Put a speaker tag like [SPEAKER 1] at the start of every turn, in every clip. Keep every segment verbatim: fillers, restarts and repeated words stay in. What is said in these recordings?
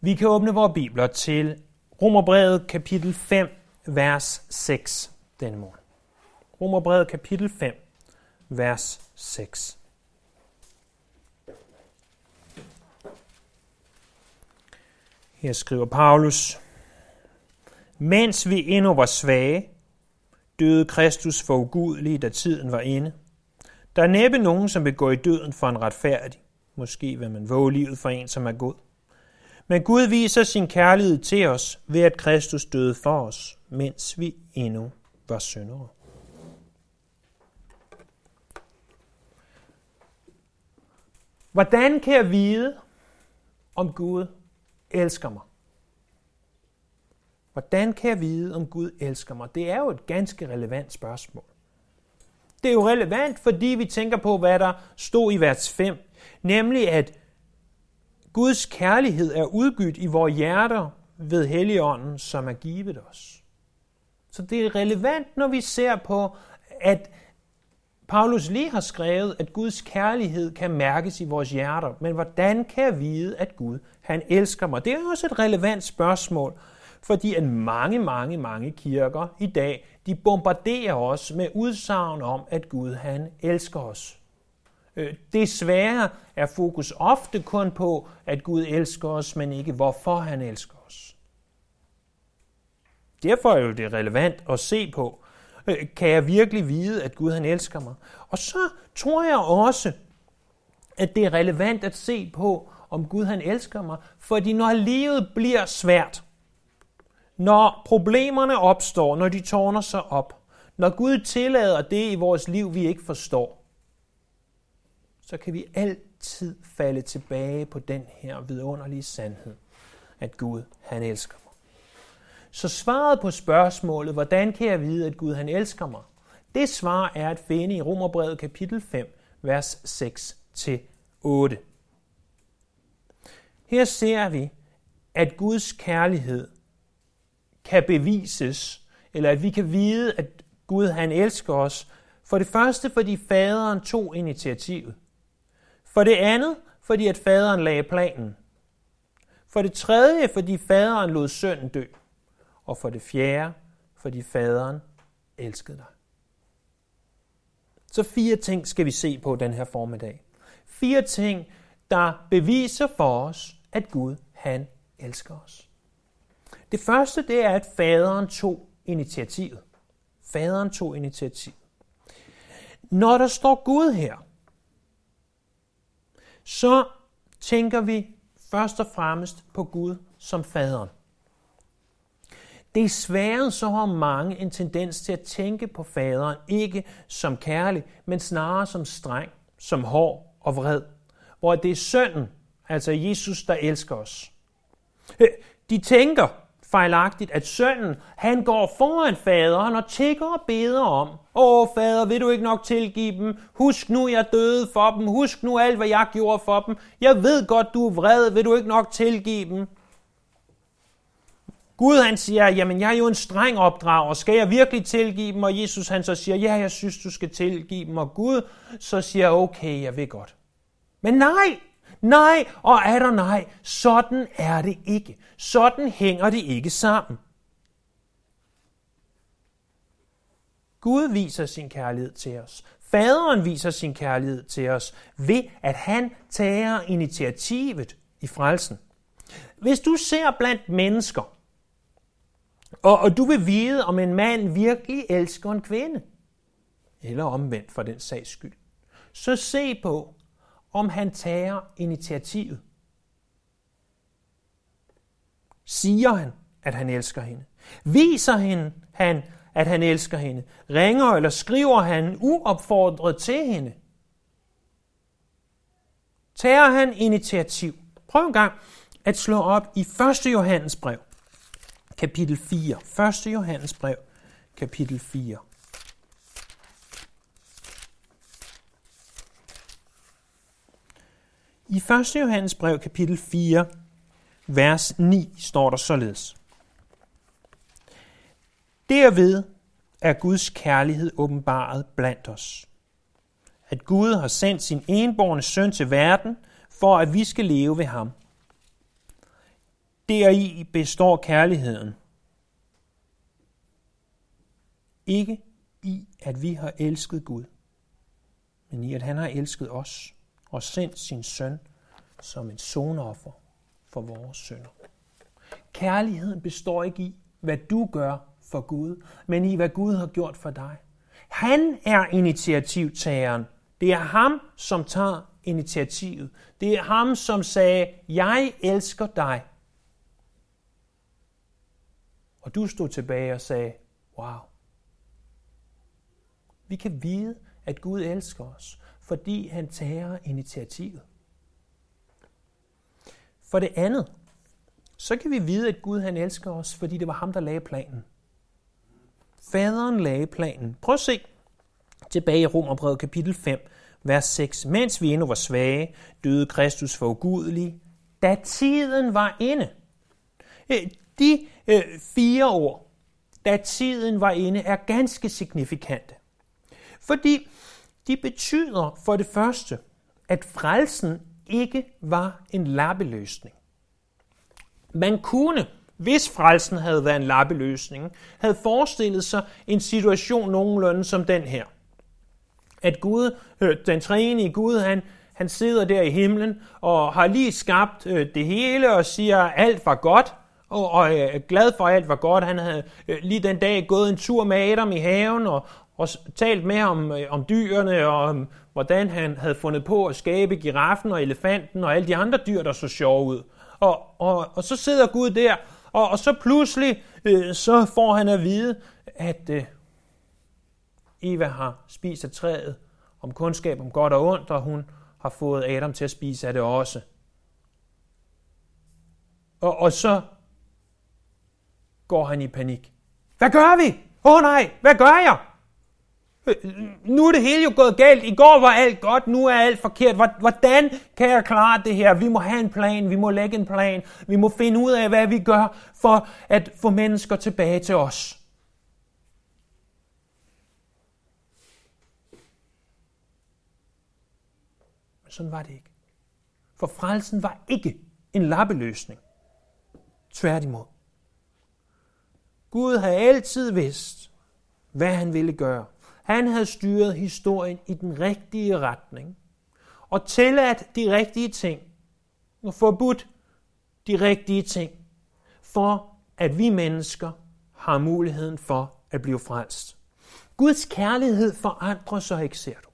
[SPEAKER 1] Vi kan åbne vores bibler til Romerbrevet kapitel fem, vers seks denne morgen. Romerbrevet kapitel fem, vers seks. Her skriver Paulus: Mens vi endnu var svage, døde Kristus for ugudelige, da tiden var inde. Der er næppe nogen, som vil gå i døden for en retfærdig. Måske vil man våge livet for en, som er god. Men Gud viser sin kærlighed til os, ved at Kristus døde for os, mens vi endnu var syndere. Hvordan kan jeg vide, om Gud elsker mig? Hvordan kan jeg vide, om Gud elsker mig? Det er jo et ganske relevant spørgsmål. Det er jo relevant, fordi vi tænker på, hvad der stod i vers fem, nemlig at Guds kærlighed er udgydt i vores hjerter ved Helligånden, som er givet os. Så det er relevant, når vi ser på, at Paulus lige har skrevet, at Guds kærlighed kan mærkes i vores hjerter. Men hvordan kan jeg vide, at Gud han elsker mig? Det er også et relevant spørgsmål, fordi at mange, mange, mange kirker i dag, de bombarderer os med udsagn om, at Gud han elsker os. Desværre er fokus ofte kun på, at Gud elsker os, men ikke hvorfor han elsker os. Derfor er jo det relevant at se på, kan jeg virkelig vide, at Gud han elsker mig? Og så tror jeg også, at det er relevant at se på, om Gud han elsker mig, fordi når livet bliver svært, når problemerne opstår, når de tårner sig op, når Gud tillader det i vores liv, vi ikke forstår, så kan vi altid falde tilbage på den her vidunderlige sandhed, at Gud han elsker mig. Så svaret på spørgsmålet, hvordan kan jeg vide, at Gud han elsker mig? Det svar er at finde i Romerbrevet kapitel fem, vers seks til otte. Her ser vi, at Guds kærlighed kan bevises, eller at vi kan vide, at Gud han elsker os. For det første, fordi faderen tog initiativet. For det andet, fordi at faderen lagde planen. For det tredje, fordi faderen lod sønnen dø. Og for det fjerde, fordi faderen elskede dig. Så fire ting skal vi se på den her formiddag. Fire ting, der beviser for os, at Gud han elsker os. Det første, det er, at faderen tog initiativet. Faderen tog initiativet. Når der står Gud her, så tænker vi først og fremmest på Gud som faderen. Desværre så har mange en tendens til at tænke på faderen ikke som kærlig, men snarere som streng, som hård og vred. Hvor det er sønnen, altså Jesus, der elsker os. De tænker fejlagtigt, at sønnen, han går foran faderen og tigger og beder om, åh fader, vil du ikke nok tilgive dem? Husk nu, jeg døde for dem. Husk nu alt, hvad jeg gjorde for dem. Jeg ved godt, du er vred. Vil du ikke nok tilgive dem? Gud han siger, jamen jeg er jo en streng opdrager. Skal jeg virkelig tilgive dem? Og Jesus han så siger, ja, jeg synes, du skal tilgive dem. Og Gud så siger, okay, jeg vil godt. Men nej, nej og er der nej. Sådan er det ikke. Sådan hænger det ikke sammen. Gud viser sin kærlighed til os. Faderen viser sin kærlighed til os ved, at han tager initiativet i frelsen. Hvis du ser blandt mennesker, og, og du vil vide, om en mand virkelig elsker en kvinde, eller omvendt for den sags skyld, så se på, om han tager initiativet. Siger han, at han elsker hende? Viser han, at han elsker hende? Ringer eller skriver han uopfordret til hende? Tager han initiativ? Prøv en gang at slå op i første Johannes brev, kapitel fire. første Johannes brev, kapitel fire. I første Johannes brev, kapitel fire, vers ni, står der således. Derved er Guds kærlighed åbenbaret blandt os. At Gud har sendt sin enbårne søn til verden, for at vi skal leve ved ham. deri består kærligheden. Ikke i, at vi har elsket Gud, men i, at han har elsket os og sendt sin søn som et sonoffer for vores synder. Kærligheden består ikke i, hvad du gør for Gud, men i, hvad Gud har gjort for dig. Han er initiativtageren. Det er ham, som tager initiativet. Det er ham, som sagde, jeg elsker dig. Og du stod tilbage og sagde, wow. Vi kan vide, at Gud elsker os, fordi han tager initiativet. For det andet, så kan vi vide, at Gud han elsker os, fordi det var ham, der lagde planen. Faderen lagde planen. Prøv at se tilbage i Romerbrevet kapitel fem, vers seks. Mens vi endnu var svage, døde Kristus for ugudelig, da tiden var inde. De øh, fire ord, da tiden var inde, er ganske signifikante. Fordi de betyder for det første, at frelsen ikke var en lappeløsning. Man kunne, hvis frelsen havde været en lappeløsning, havde forestillet sig en situation nogenlunde som den her. At Gud, den treenige Gud, han, han sidder der i himlen og har lige skabt det hele og siger, at alt var godt, og, og er glad for, at alt var godt. Han havde lige den dag gået en tur med Adam i haven og, og talt med om, om dyrene og om, hvordan han havde fundet på at skabe giraffen og elefanten og alle de andre dyr, der så sjove ud. Og, og, og så sidder Gud der, og, og så pludselig øh, så får han at vide, at øh, Eva har spist af træet om kundskab om godt og ondt, og hun har fået Adam til at spise af det også. Og, og så går han i panik. Hvad gør vi? Åh oh, nej, hvad gør jeg? Nu er det hele jo gået galt. I går var alt godt, nu er alt forkert. Hvordan kan jeg klare det her? Vi må have en plan, vi må lægge en plan. Vi må finde ud af, hvad vi gør for at få mennesker tilbage til os. Men sådan var det ikke. For frelsen var ikke en lappeløsning. Tværtimod. Gud havde altid vidst, hvad han ville gøre. Han havde styret historien i den rigtige retning og tilladt de rigtige ting og forbudt de rigtige ting, for at vi mennesker har muligheden for at blive frelst. Guds kærlighed forandrer sig ikke, ser du.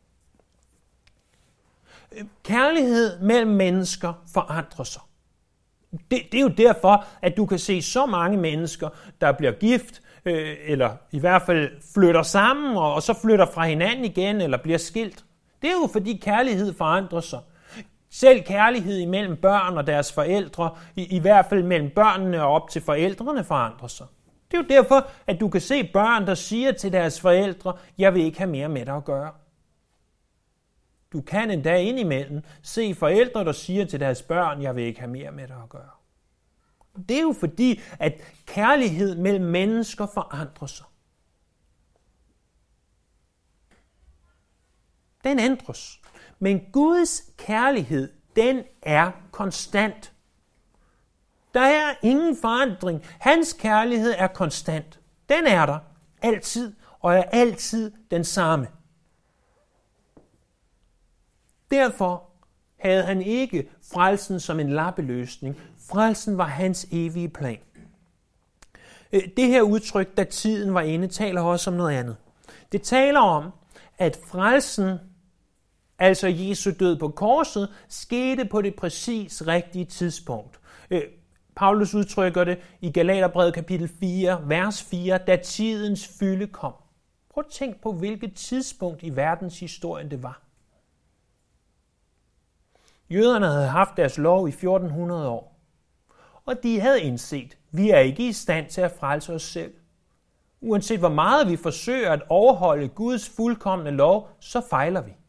[SPEAKER 1] Kærlighed mellem mennesker forandrer sig. Det, det er jo derfor, at du kan se så mange mennesker, der bliver gift, øh, eller i hvert fald flytter sammen, og, og så flytter fra hinanden igen, eller bliver skilt. Det er jo fordi kærlighed forandrer sig. Selv kærlighed imellem børn og deres forældre, i, i hvert fald mellem børnene og op til forældrene, forandrer sig. Det er jo derfor, at du kan se børn, der siger til deres forældre, jeg vil ikke have mere med dig at gøre. Du kan endda indimellem se forældre, der siger til deres børn, jeg vil ikke have mere med dig at gøre. Det er jo fordi, at kærlighed mellem mennesker forandrer sig. Den ændres. Men Guds kærlighed, den er konstant. Der er ingen forandring. Hans kærlighed er konstant. Den er der altid, og er altid den samme. Derfor havde han ikke frelsen som en lappeløsning. Frelsen var hans evige plan. Det her udtryk, da tiden var inde, taler også om noget andet. Det taler om, at frelsen, altså Jesu død på korset, skete på det præcis rigtige tidspunkt. Paulus udtrykker det i Galaterbrevet kapitel fire, vers fire, da tidens fylde kom. Prøv at tænk på, hvilket tidspunkt i verdenshistorien det var. Jøderne havde haft deres lov i fjorten hundrede år, og de havde indset, at vi er ikke i stand til at frelse os selv. Uanset hvor meget vi forsøger at overholde Guds fuldkomne lov, så fejler vi.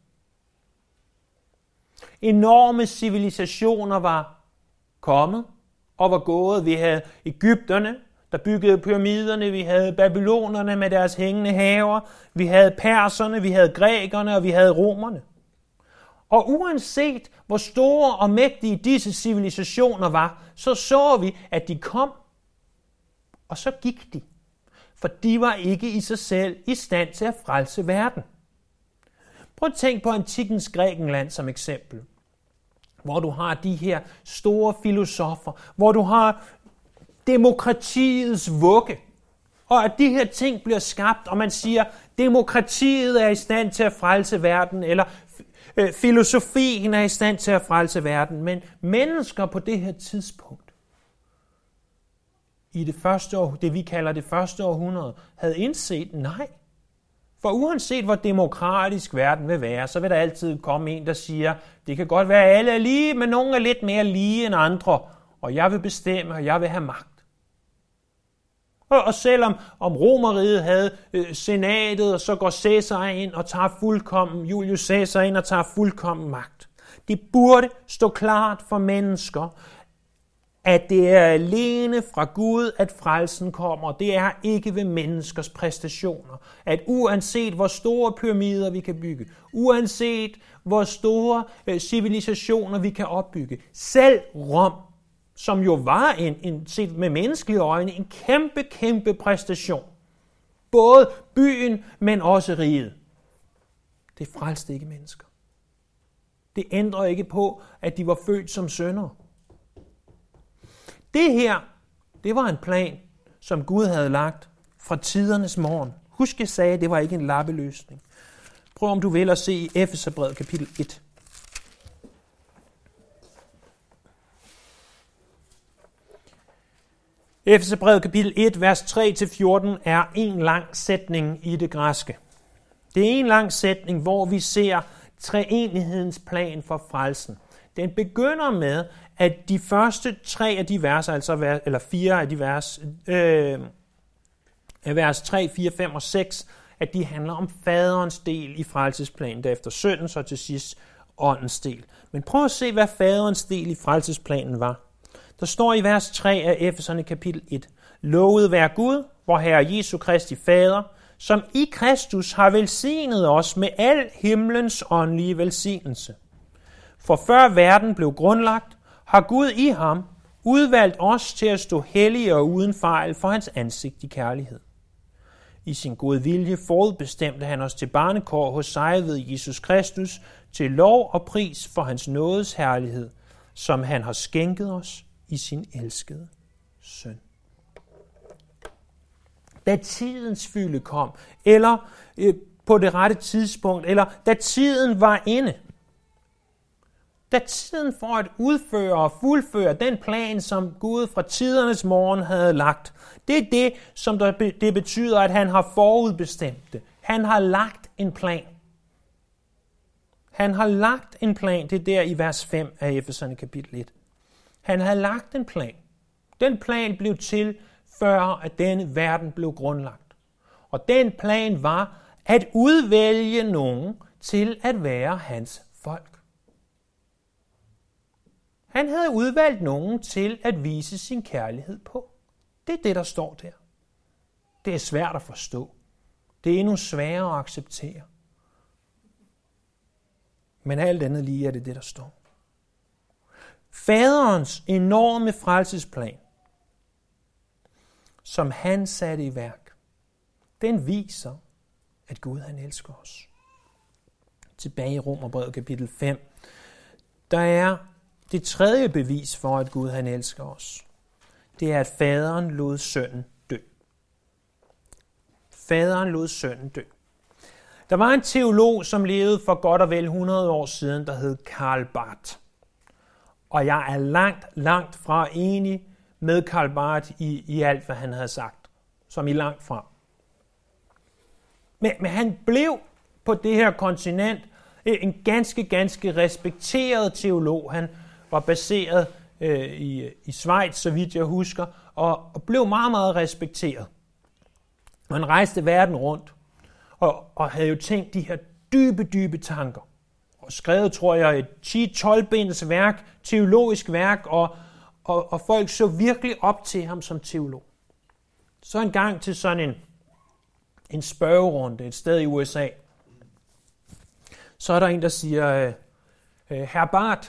[SPEAKER 1] Enorme civilisationer var kommet og var gået. Vi havde Egypterne, der byggede pyramiderne, vi havde babylonerne med deres hængende haver, vi havde perserne, vi havde grækerne og vi havde romerne. Og uanset hvor store og mægtige disse civilisationer var, så så vi, at de kom, og så gik de. For de var ikke i sig selv i stand til at frelse verden. Prøv at tænke på antikkens Grækenland som eksempel, hvor du har de her store filosofer, hvor du har demokratiets vugge, og at de her ting bliver skabt, og man siger, demokratiet er i stand til at frelse verden, eller øh, filosofien er i stand til at frelse verden, men mennesker på det her tidspunkt, i det første år, det vi kalder det første århundrede, havde indset nej. For uanset hvor demokratisk verden vil være, så vil der altid komme en, der siger, det kan godt være, at alle er lige, men nogen er lidt mere lige end andre, og jeg vil bestemme, og jeg vil have magt. Og, og selvom om Romeriet havde øh, senatet, og så går Caesar ind og tager fuldkommen, Julius Caesar ind og tager fuldkommen magt. Det burde stå klart for mennesker, at det er alene fra Gud, at frelsen kommer. Det er ikke ved menneskers præstationer. At uanset hvor store pyramider vi kan bygge, uanset hvor store øh, civilisationer vi kan opbygge, selv Rom, som jo var en, en, set med menneskelige øjne, en kæmpe, kæmpe præstation. Både byen, men også riget. Det frelste ikke mennesker. Det ændrer ikke på, at de var født som syndere. Det her, det var en plan, som Gud havde lagt fra tidernes morgen. Husk, jeg sagde, at det var ikke en lappeløsning. Prøv om du vil at se i Efeserbrevet kapitel et. Efeserbrevet kapitel et, vers tre til fjorten er en lang sætning i det græske. Det er en lang sætning, hvor vi ser treenighedens plan for frelsen. Den begynder med, at de første tre af de vers, altså eller fire af de vers, øh, vers tre, fire, fem og seks, at de handler om faderens del i frelsesplanen, derefter søndens og til sidst åndens del. Men prøv at se, hvad faderens del i frelsesplanen var. Der står i vers tre af Efeserne kapitel et, lovet være Gud, vor Herre Jesu Kristi Fader, som i Kristus har velsignet os med al himlens åndelige velsignelse. For før verden blev grundlagt, har Gud i ham udvalgt os til at stå hellige og uden fejl for hans ansigt i kærlighed. I sin gode vilje forudbestemte han os til barnekår hos sig ved Jesus Kristus, til lov og pris for hans nådes herlighed, som han har skænket os i sin elskede søn. Da tidens fylde kom, eller øh, på det rette tidspunkt, eller da tiden var inde, da tiden for at udføre og fuldføre den plan, som Gud fra tidernes morgen havde lagt, det er det, som der, det betyder, at han har forudbestemt det. Han har lagt en plan. Han har lagt en plan, det er der i vers fem af Efeserne kapitel et. Han har lagt en plan. Den plan blev til, før at denne verden blev grundlagt. Og den plan var at udvælge nogen til at være hans folk. Han havde udvalgt nogen til at vise sin kærlighed på. Det er det, der står der. Det er svært at forstå. Det er endnu sværere at acceptere. Men alt andet lige er det det, der står. Faderens enorme frelsesplan, som han satte i værk, den viser, at Gud han elsker os. Tilbage i Romerbrevet kapitel fem, der er det tredje bevis for, at Gud han elsker os. Det er, at faderen lod sønnen dø. Faderen lod sønnen dø. Der var en teolog, som levede for godt og vel hundrede år siden, der hed Karl Barth. Og jeg er langt, langt fra enig med Karl Barth i, i alt, hvad han havde sagt. Som i langt fra. Men, men han blev på det her kontinent en ganske, ganske respekteret teolog. Han var baseret øh, i, i Schweiz, så vidt jeg husker, og, og blev meget, meget respekteret. Han rejste verden rundt, og, og havde jo tænkt de her dybe, dybe tanker. Og skrevet, tror jeg, et ti til tolv binds værk, teologisk værk, og, og, og folk så virkelig op til ham som teolog. Så en gang til sådan en, en spørgerunde et sted i U S A, så er der en, der siger, Herr Barth,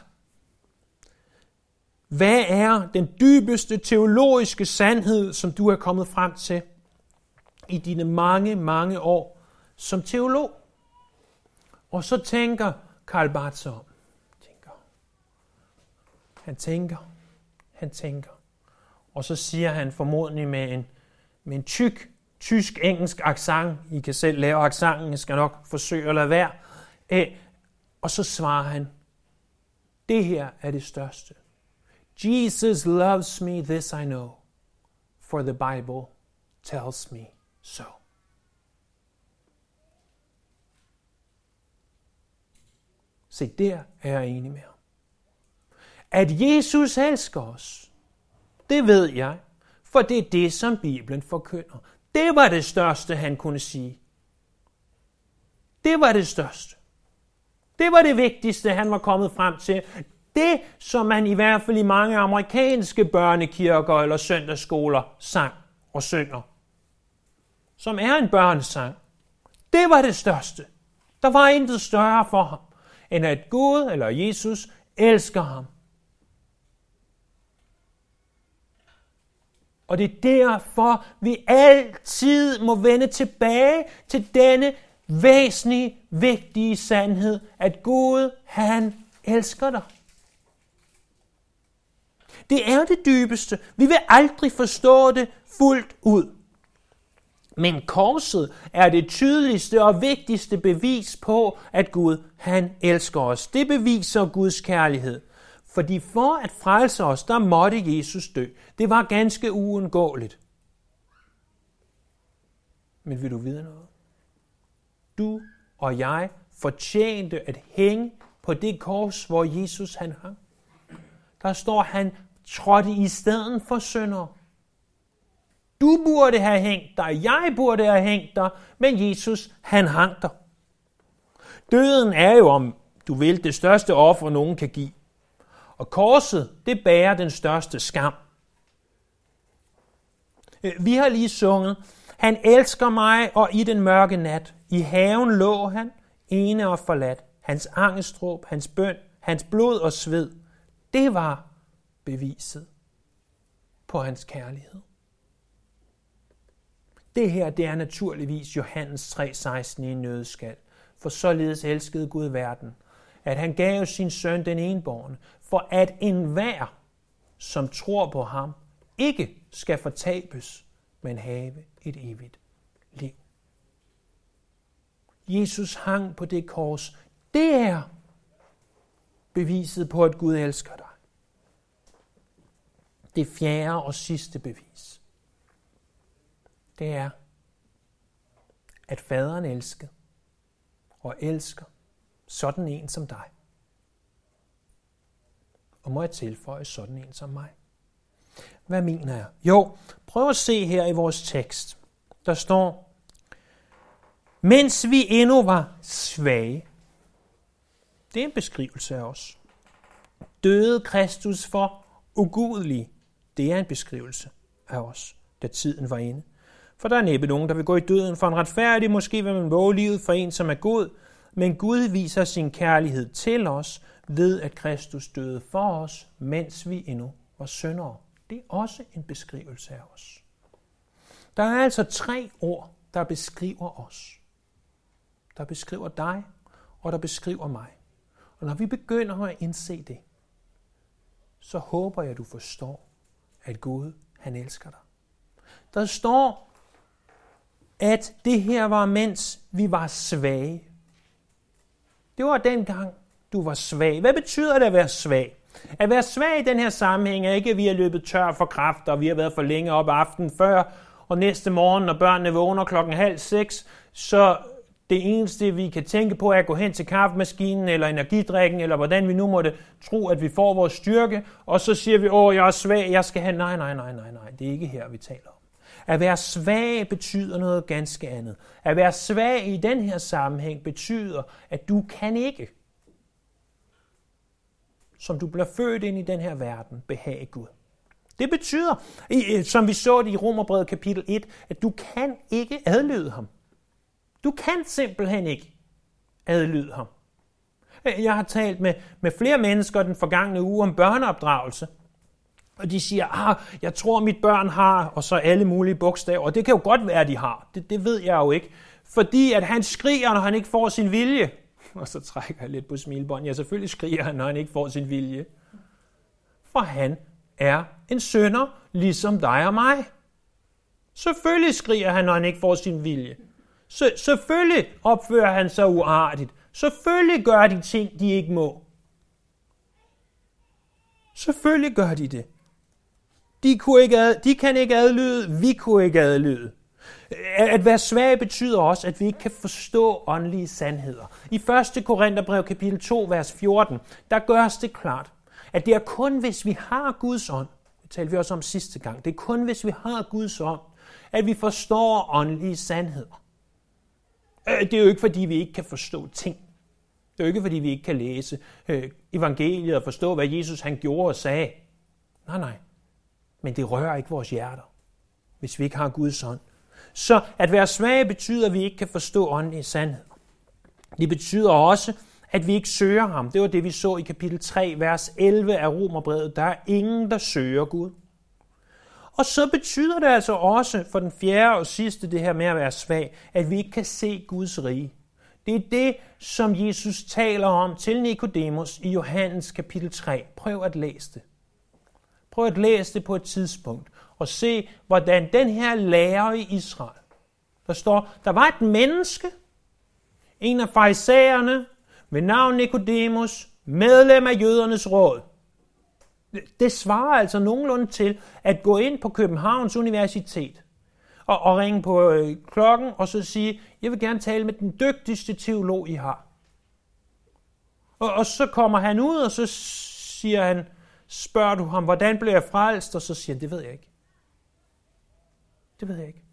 [SPEAKER 1] hvad er den dybeste teologiske sandhed, som du er kommet frem til i dine mange, mange år som teolog? Og så tænker Karl Barth sig om. Tænker. Han tænker. Han tænker. Og så siger han formodentlig med en, med en tyk, tysk-engelsk accent. I kan selv lave accenten, jeg skal nok forsøge at lade være. Æ, og så svarer han, det her er det største. Jesus loves me, this I know, for the Bible tells me so. Se, der er jeg enig med ham. At Jesus elsker os, det ved jeg, for det er det, som Bibelen forkynder. Det var det største, han kunne sige. Det var det største. Det var det vigtigste, han var kommet frem til. Det, som man i hvert fald i mange amerikanske børnekirker eller søndagsskoler sang og synger, som er en børnesang, det var det største. Der var intet større for ham, end at Gud eller Jesus elsker ham. Og det er derfor, vi altid må vende tilbage til denne væsentlige, vigtige sandhed, at Gud, han elsker dig. Det er det dybeste. Vi vil aldrig forstå det fuldt ud. Men korset er det tydeligste og vigtigste bevis på, at Gud, han elsker os. Det beviser Guds kærlighed. Fordi for at frelse os, der måtte Jesus dø. Det var ganske uundgåeligt. Men vil du vide noget? Du og jeg fortjente at hænge på det kors, hvor Jesus han hang. Der står, han trådte i stedet for syndere. Du burde have hængt dig, jeg burde have hængt dig, men Jesus, han hang der. Døden er jo, om du vil, det største offer, nogen kan give. Og korset, det bærer den største skam. Vi har lige sunget, han elsker mig, og i den mørke nat, i haven lå han, ene og forladt. Hans angestråb, hans bøn, hans blod og sved, det var beviset på hans kærlighed. Det her, det er naturligvis Johannes tre seksten i en nøddeskal. For således elskede Gud verden, at han gav sin søn den enbårne, for at enhver, som tror på ham, ikke skal fortabes, men have et evigt liv. Jesus hang på det kors. Det er beviset på, at Gud elsker dig. Det fjerde og sidste bevis, det er, at faderen elsker og elsker sådan en som dig. Og må jeg tilføje sådan en som mig. Hvad mener jeg? Jo, prøv at se her i vores tekst. Der står, mens vi endnu var svage. Det er en beskrivelse af os. Døde Kristus for ugudelige. Det er en beskrivelse af os, da tiden var inde. For der er næppe nogen, der vil gå i døden for en retfærdig. Måske vil man våge livet for en, som er god. Men Gud viser sin kærlighed til os ved, at Kristus døde for os, mens vi endnu var syndere. Det er også en beskrivelse af os. Der er altså tre ord, der beskriver os. Der beskriver dig, og der beskriver mig. Og når vi begynder at indse det, så håber jeg, du forstår, at Gud, han elsker dig. Der står, at det her var, mens vi var svage. Det var dengang, du var svag. Hvad betyder det at være svag? At være svag i den her sammenhæng er ikke, at vi har løbet tør for kraft, og vi har været for længe op aftenen før, og næste morgen, når børnene vågner klokken halv seks, så det eneste, vi kan tænke på, er at gå hen til kaffemaskinen eller energidrikken, eller hvordan vi nu måtte tro, at vi får vores styrke, og så siger vi, åh, jeg er svag, jeg skal have... Nej, nej, nej, nej, nej, det er ikke her, vi taler om. At være svag betyder noget ganske andet. At være svag i den her sammenhæng betyder, at du kan ikke, som du bliver født ind i den her verden, behage Gud. Det betyder, som vi så det i Romerbrevet kapitel et, at du kan ikke adlyde ham. Du kan simpelthen ikke adlyde ham. Jeg har talt med, med flere mennesker den forgangne uge om børneopdragelse. Og de siger, ah, jeg tror, mit børn har, og så alle mulige bogstaver. Og det kan jo godt være, de har. Det, det ved jeg jo ikke. Fordi at han skriger, når han ikke får sin vilje. Og så trækker jeg lidt på smilebåndet. Ja, selvfølgelig skriger han, når han ikke får sin vilje. For han er en synder, ligesom dig og mig. Selvfølgelig skriger han, når han ikke får sin vilje. Så, selvfølgelig opfører han sig uartigt. Selvfølgelig gør de ting, de ikke må. Selvfølgelig gør de det. De, kunne ikke ad, de kan ikke adlyde, vi kunne ikke adlyde. At være svag betyder også, at vi ikke kan forstå åndelige sandheder. I første Korintherbrev kapitel to, vers fjorten, der gøres det klart, at det er kun, hvis vi har Guds ånd, det talte vi også om sidste gang, det er kun, hvis vi har Guds ånd, at vi forstår åndelige sandheder. Det er jo ikke, fordi vi ikke kan forstå ting. Det er jo ikke, fordi vi ikke kan læse øh, evangeliet og forstå, hvad Jesus han gjorde og sagde. Nej, nej. Men det rører ikke vores hjerter, hvis vi ikke har Guds ånd. Så at være svage betyder, at vi ikke kan forstå åndelige sandheder. Det betyder også, at vi ikke søger ham. Det var det, vi så i kapitel tre, vers elleve af Romerbrevet. Der er ingen, der søger Gud. Og så betyder det altså også, for den fjerde og sidste, det her med at være svag, at vi ikke kan se Guds rige. Det er det, som Jesus taler om til Nikodemus i Johannes kapitel tre. Prøv at læse det. Prøv at læse det på et tidspunkt og se, hvordan den her lærer i Israel, der står, der var et menneske, en af farisæerne, ved navn Nikodemus, medlem af jødernes råd. Det svarer altså nogenlunde til at gå ind på Københavns Universitet og, og ringe på øh, klokken og så sige, jeg vil gerne tale med den dygtigste teolog, I har. Og, og så kommer han ud, og så siger han, spørger du ham, hvordan blev jeg frelst? Og så siger han, det ved jeg ikke. Det ved jeg ikke.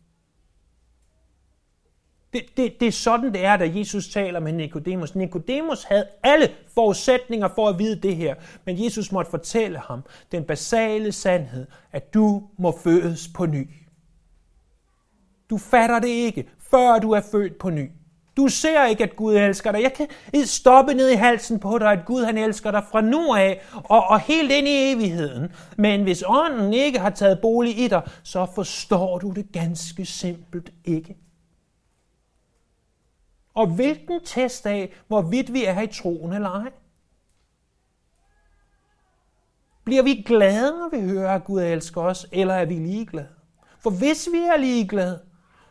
[SPEAKER 1] Det, det, det er sådan, det er, da Jesus taler med Nikodemus. Nikodemus havde alle forudsætninger for at vide det her, men Jesus måtte fortælle ham den basale sandhed, at du må fødes på ny. Du fatter det ikke, før du er født på ny. Du ser ikke, at Gud elsker dig. Jeg kan stoppe ned i halsen på dig, at Gud han elsker dig fra nu af og, og helt ind i evigheden. Men hvis ånden ikke har taget bolig i dig, så forstår du det ganske simpelt ikke. Og hvilken test af, hvorvidt vi er i troen eller ej? Bliver vi glade, når vi hører, at Gud elsker os, eller er vi ligeglade? For hvis vi er ligeglade,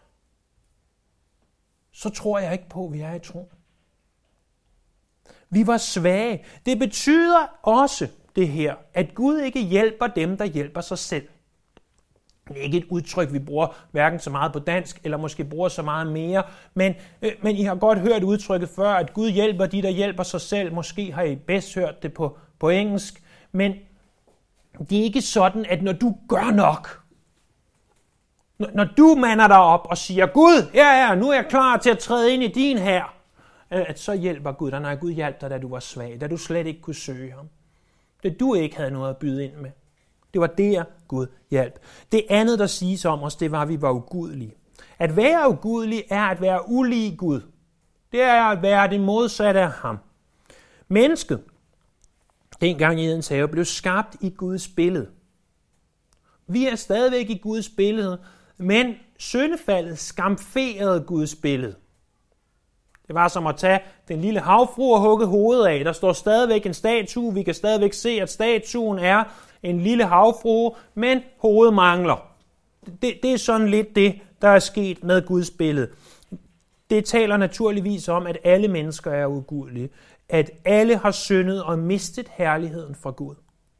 [SPEAKER 1] så tror jeg ikke på, at vi er i tro. Vi var svage. Det betyder også det her, at Gud ikke hjælper dem, der hjælper sig selv. Det er ikke et udtryk, vi bruger hverken så meget på dansk, eller måske bruger så meget mere. Men, øh, men I har godt hørt udtrykket før, at Gud hjælper de, der hjælper sig selv. Måske har I bedst hørt det på, på engelsk. Men det er ikke sådan, at når du gør nok, når, når du mander dig op og siger, Gud, ja, ja, nu er jeg klar til at træde ind i din hær, at så hjælper Gud dig. Nej, Gud hjalp dig, da du var svag, da du slet ikke kunne søge ham. Da du ikke havde noget at byde ind med. Det var der, Gud hjalp. Det andet, der siges om os, det var, at vi var ugudelige. At være ugudelig er at være ulig Gud. Det er at være det modsatte af ham. Mennesket, dengang i Edens have, blev skabt i Guds billede. Vi er stadigvæk i Guds billede, men syndefaldet skamferede Guds billede. Det var som at tage den lille havfrue og hugge hovedet af. Der står stadigvæk en statue. Vi kan stadigvæk se, at statuen er en lille havfrue, men hovedet mangler. Det, det er sådan lidt det, der er sket med Guds billede. Det taler naturligvis om, at alle mennesker er ugudelige. At alle har syndet og mistet herligheden fra Gud.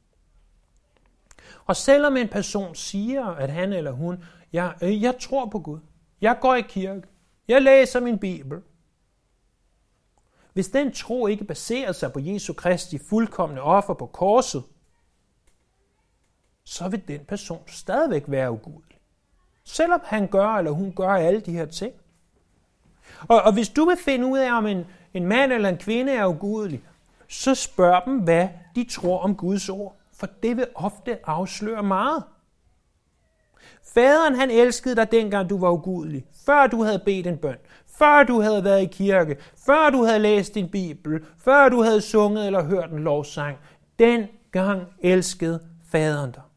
[SPEAKER 1] Og selvom en person siger, at han eller hun, jeg, jeg tror på Gud, jeg går i kirke, jeg læser min Bibel. Hvis den tro ikke baserer sig på Jesu Kristi fuldkomne offer på korset, så vil den person stadigvæk være ugudelig. Selvom han gør eller hun gør alle de her ting. Og, og hvis du vil finde ud af, om en, en mand eller en kvinde er ugudelig, så spørg dem, hvad de tror om Guds ord. For det vil ofte afsløre meget. Faderen, han elskede dig dengang du var ugudelig, før du havde bedt en bøn, før du havde været i kirke, før du havde læst din bibel, før du havde sunget eller hørt en lovsang. Dengang elskede faderen dig.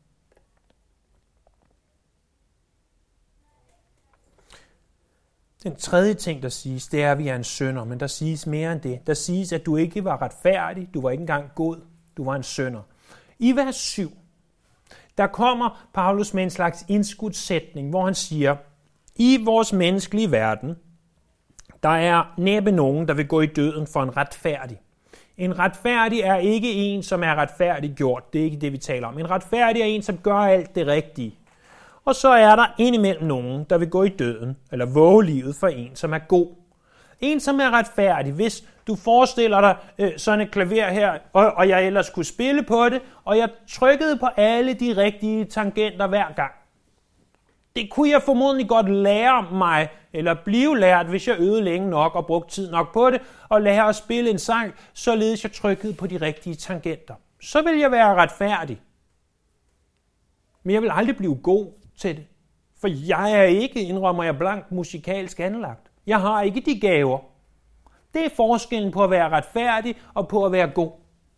[SPEAKER 1] Den tredje ting, der siges, det er, at vi er en synder, men der siges mere end det. Der siges, at du ikke var retfærdig, du var ikke engang god, du var en synder. I vers syv, der kommer Paulus med en slags indskudssætning, hvor han siger, i vores menneskelige verden, der er næppe nogen, der vil gå i døden for en retfærdig. En retfærdig er ikke en, som er retfærdigt gjort. Det er ikke det, vi taler om. En retfærdig er en, som gør alt det rigtige. Og så er der indimellem nogen, der vil gå i døden, eller våge livet for en, som er god. En, som er retfærdig. Hvis du forestiller dig øh, sådan et klaver her, og, og jeg ellers kunne spille på det, og jeg trykkede på alle de rigtige tangenter hver gang. Det kunne jeg formodentlig godt lære mig, eller blive lært, hvis jeg øvede længe nok og brugte tid nok på det, og lære at spille en sang, således jeg trykkede på de rigtige tangenter. Så vil jeg være retfærdig. Men jeg vil aldrig blive god til det. For jeg er ikke, indrømmer jeg blankt, musikalsk anlagt. Jeg har ikke de gaver. Det er forskellen på at være retfærdig og på at være god.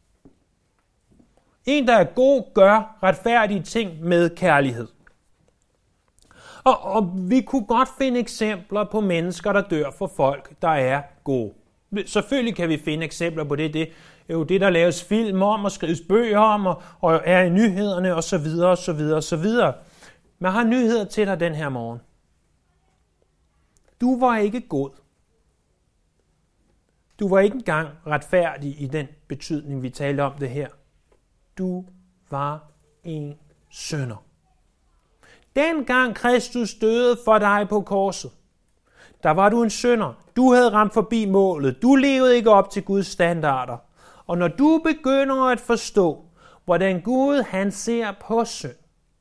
[SPEAKER 1] En, der er god, gør retfærdige ting med kærlighed. Og, og vi kunne godt finde eksempler på mennesker, der dør for folk, der er gode. Selvfølgelig kan vi finde eksempler på det. Det er jo det, der laves film om og skrives bøger om og, og er i nyhederne osv. osv. osv. Men jeg har nyheder til dig den her morgen. Du var ikke god. Du var ikke engang retfærdig i den betydning, vi talte om det her. Du var en synder. Dengang Kristus døde for dig på korset, der var du en synder. Du havde ramt forbi målet. Du levede ikke op til Guds standarder. Og når du begynder at forstå, hvordan Gud han ser på synd,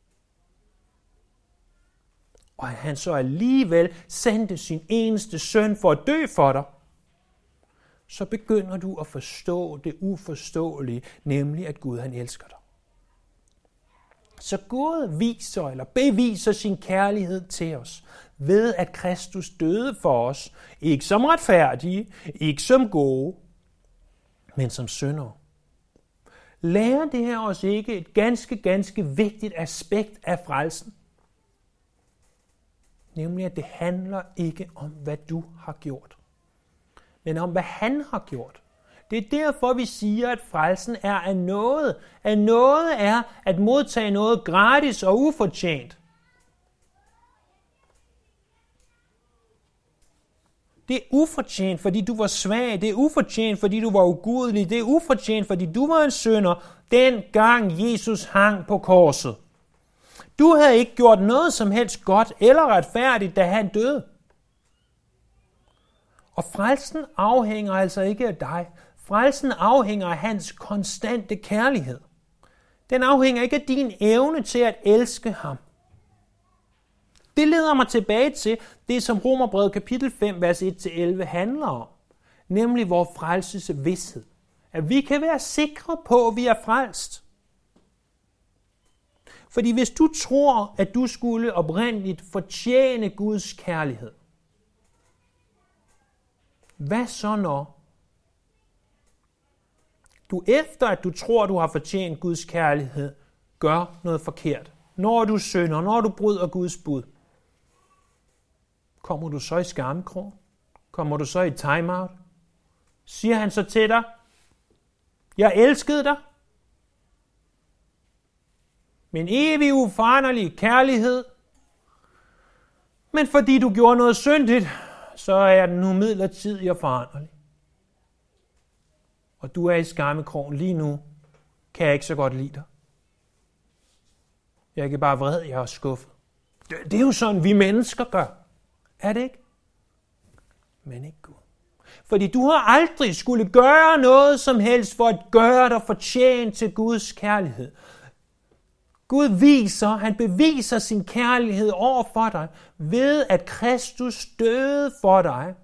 [SPEAKER 1] og han så alligevel sendte sin eneste søn for at dø for dig, så begynder du at forstå det uforståelige, nemlig at Gud han elsker dig. Så Gud viser eller beviser sin kærlighed til os ved, at Kristus døde for os, ikke som retfærdige, ikke som gode, men som syndere. Lærer det her os ikke et ganske, ganske vigtigt aspekt af frelsen? Nemlig, at det handler ikke om, hvad du har gjort, men om, hvad han har gjort. Det er derfor, vi siger, at frelsen er af noget. At noget er at modtage noget gratis og ufortjent. Det er ufortjent, fordi du var svag. Det er ufortjent, fordi du var ugudelig. Det er ufortjent, fordi du var en synder, dengang Jesus hang på korset. Du havde ikke gjort noget som helst godt eller retfærdigt, da han døde. Og frelsen afhænger altså ikke af dig. Frelsen afhænger af hans konstante kærlighed. Den afhænger ikke af din evne til at elske ham. Det leder mig tilbage til det, som Romerbrevet kapitel fem, vers et til elleve handler om. Nemlig vores frelses vished. At vi kan være sikre på, at vi er frelst. Fordi hvis du tror, at du skulle oprindeligt fortjene Guds kærlighed, hvad så når du efter, at du tror, du har fortjent Guds kærlighed, gør noget forkert? Når du synder, når du bryder Guds bud, kommer du så i skammekrog? Kommer du så i timeout? Siger han så til dig, jeg elskede dig? Min evig uforanderlig kærlighed. Men fordi du gjorde noget syndigt, så er den nu midlertidig og foranderlig. Og du er i skammekrogen lige nu, kan jeg ikke så godt lide dig. Jeg er ikke bare vred, jeg er skuffet. Det, det er jo sådan, vi mennesker gør. Er det ikke? Men ikke Gud. Fordi du har aldrig skulle gøre noget som helst for at gøre dig fortjent til Guds kærlighed. Gud viser, han beviser sin kærlighed over for dig, ved at Kristus døde for dig,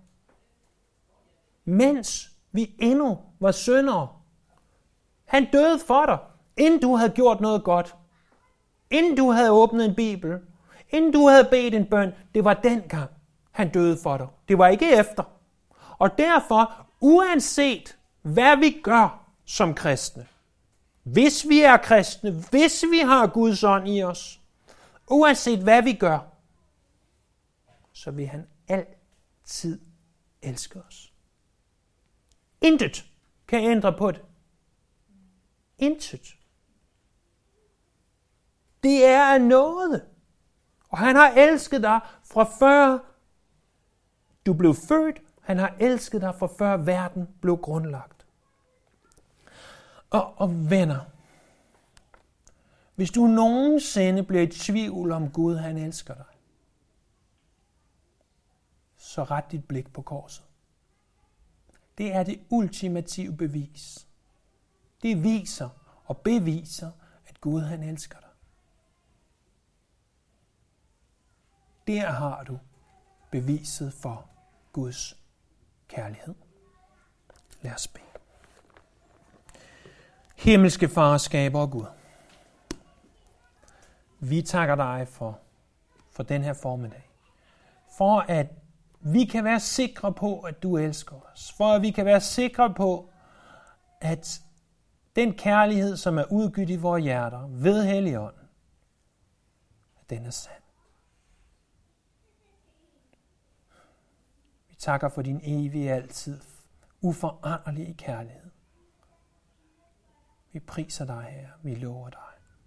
[SPEAKER 1] mens vi endnu var syndere. Han døde for dig, inden du havde gjort noget godt, inden du havde åbnet en bibel, Inden du havde bedt en bøn, det var dengang, han døde for dig. Det var ikke efter. Og derfor, uanset hvad vi gør som kristne, hvis vi er kristne, hvis vi har Guds ånd i os, uanset hvad vi gør, så vil han altid elske os. Intet kan ændre på det. Intet. Det er af nåde. Og han har elsket dig fra før du blev født. Han har elsket dig fra før verden blev grundlagt. Og, og venner, hvis du nogensinde bliver i tvivl om Gud, han elsker dig, så ret dit blik på korset. Det er det ultimative bevis. Det viser og beviser, at Gud han elsker dig. Der har du beviset for Guds kærlighed. Lad os bede. Himmelske Far, skaber og Gud, vi takker dig for, for den her formiddag. For at vi kan være sikre på, at du elsker os. For at vi kan være sikre på, at den kærlighed, som er udgydt i vores hjerter ved Helligånden, at den er sand. Vi takker for din evige altid uforanderlige kærlighed. Vi priser dig, Herre. Vi lover dig.